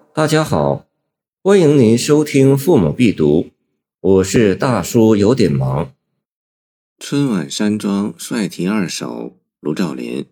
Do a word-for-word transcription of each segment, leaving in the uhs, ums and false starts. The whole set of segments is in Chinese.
大家好，欢迎您收听父母必读，我是大叔有点忙。 春晚山庄帅题二首，卢照邻。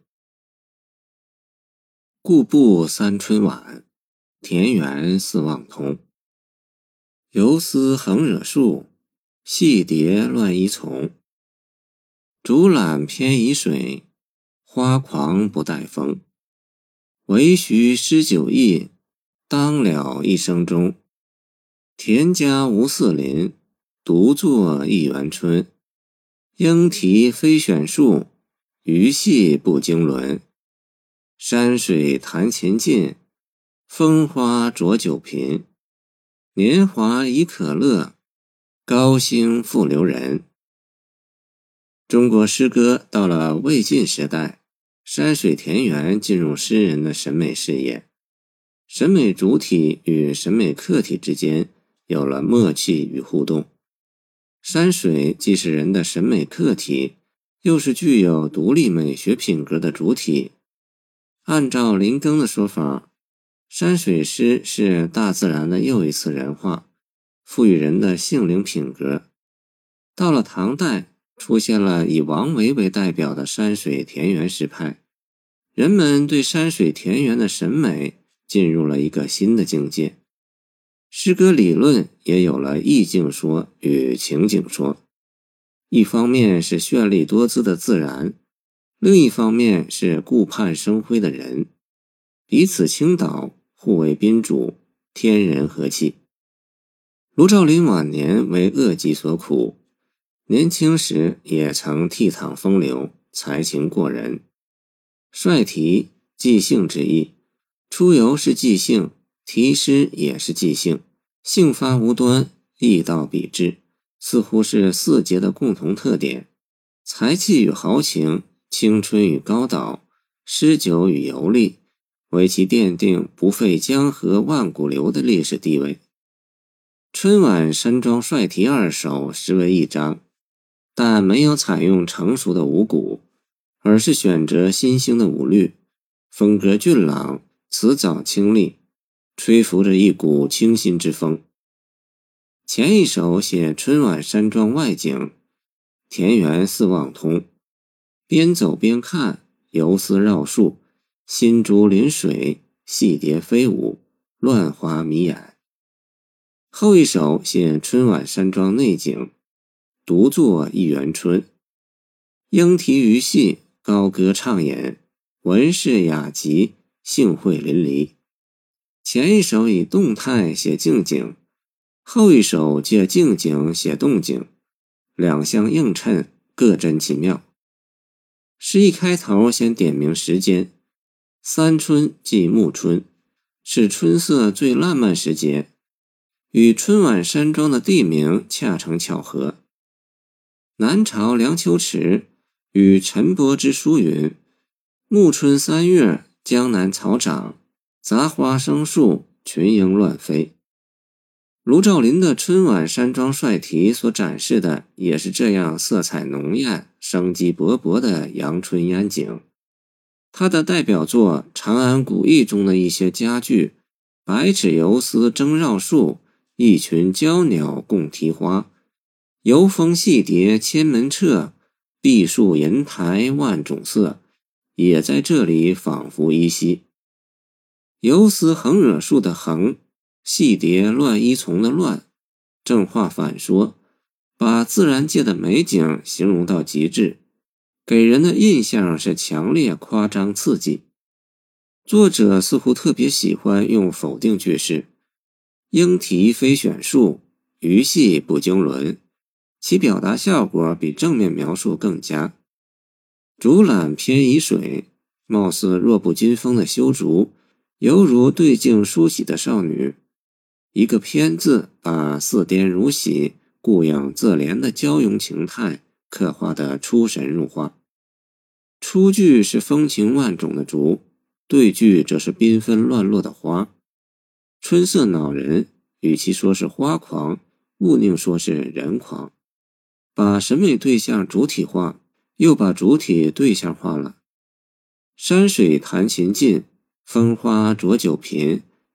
故步三春晚，田园四望通。游丝横惹树，戏蝶乱依丛。竹懒偏移水，花狂不待风。惟须诗酒意，当了一生中。田家无四邻，独坐一园春。莺啼飞选树，鱼戏不经纶。山水弹琴尽，风花浊酒频。年华已可乐，高兴复留人。中国诗歌到了魏晋时代，山水田园进入诗人的审美视野，审美主体与审美客体之间有了默契与互动。山水既是人的审美客体，又是具有独立美学品格的主体。按照林庚的说法，山水诗是大自然的又一次人化，赋予人的性灵品格。到了唐代，出现了以王维为代表的山水田园诗派，人们对山水田园的审美进入了一个新的境界。诗歌理论也有了意境说与情景说，一方面是绚丽多姿的自然，另一方面是顾盼生辉的人，彼此倾倒，互为宾主，天人和气。卢照邻晚年为恶疾所苦，年轻时也曾倜傥风流，才情过人。帅题，即兴之意，出游是即兴，题诗也是即兴，兴发无端，意到笔致，似乎是四杰的共同特点。才气与豪情，青春与高岛，诗酒与游历，为其奠定不废江河万古流的历史地位。春晚山庄帅题二首实为一章，但没有采用成熟的五古，而是选择新兴的五律，风格俊朗，词藻清丽，吹拂着一股清新之风。前一首写春晚山庄外景，田园四望通，边走边看，游丝绕树，新竹临水，戏蝶飞舞，乱花迷眼。后一首写春晚山庄内景，独坐一园春，莺啼鱼戏，高歌畅演，文饰雅集，兴会淋漓。前一首以动态写静景，后一首借静景写动景，两相映衬，各真其妙。诗一开头先点明时间，三春即暮春，是春色最烂漫时节，与春晚山庄的地名恰成巧合。南朝梁丘池与陈伯之书云：暮春三月，江南草长，杂花生树，群莺乱飞。卢照邻的春晚山庄帅题所展示的也是这样色彩浓艳、生机勃勃的阳春烟景。他的代表作《长安古意》中的一些佳句，百尺游丝争绕树，一群娇鸟共啼花，游风戏蝶千门彻，碧树银台万种色，也在这里仿佛依稀。游丝横惹树的横，戏蝶乱依丛的乱，正话反说，把自然界的美景形容到极致，给人的印象是强烈、夸张、刺激。作者似乎特别喜欢用否定句式，莺啼非选树，鱼戏不经纶，其表达效果比正面描述更佳。竹懒偏移水，貌似弱不禁风的修竹，犹如对镜梳洗的少女。一个偏字把似颠如洗、顾影自怜的娇慵情态刻画得出神入化。出句是风情万种的竹，对句则是缤纷乱落的花。春色恼人，与其说是花狂，勿宁说是人狂。把审美对象主体化，又把主体对象化了。山水弹琴尽，风花浊酒频，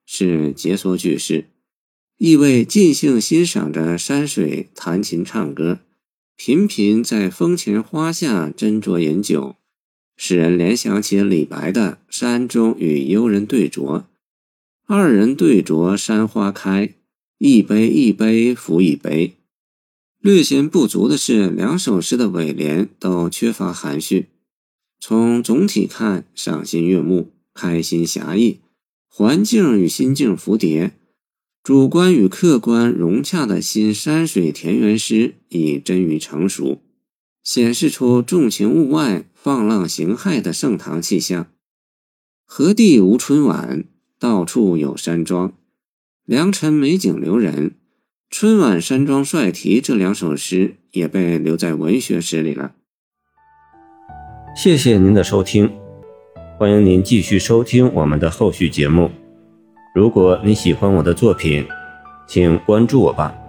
是解锁句式，意味尽兴欣赏着山水弹琴唱歌，频频在风前花下斟酌饮酒，使人联想起李白的山中与幽人对酌，二人对酌山花开，一杯一杯复一杯。略显不足的是，两首诗的尾联都缺乏含蓄。从总体看，赏心悦目，开心侠义，环境与心境蝴蝶，主观与客观融洽的新山水田园诗已臻于成熟，显示出重情物外、放浪形骸的盛唐气象。何地无春晚，到处有山庄，良辰美景留人。春晚山庄帅题这两首诗也被留在文学史里了。 谢谢您的收听，欢迎您继续收听我们的后续节目。如果你喜欢我的作品，请关注我吧。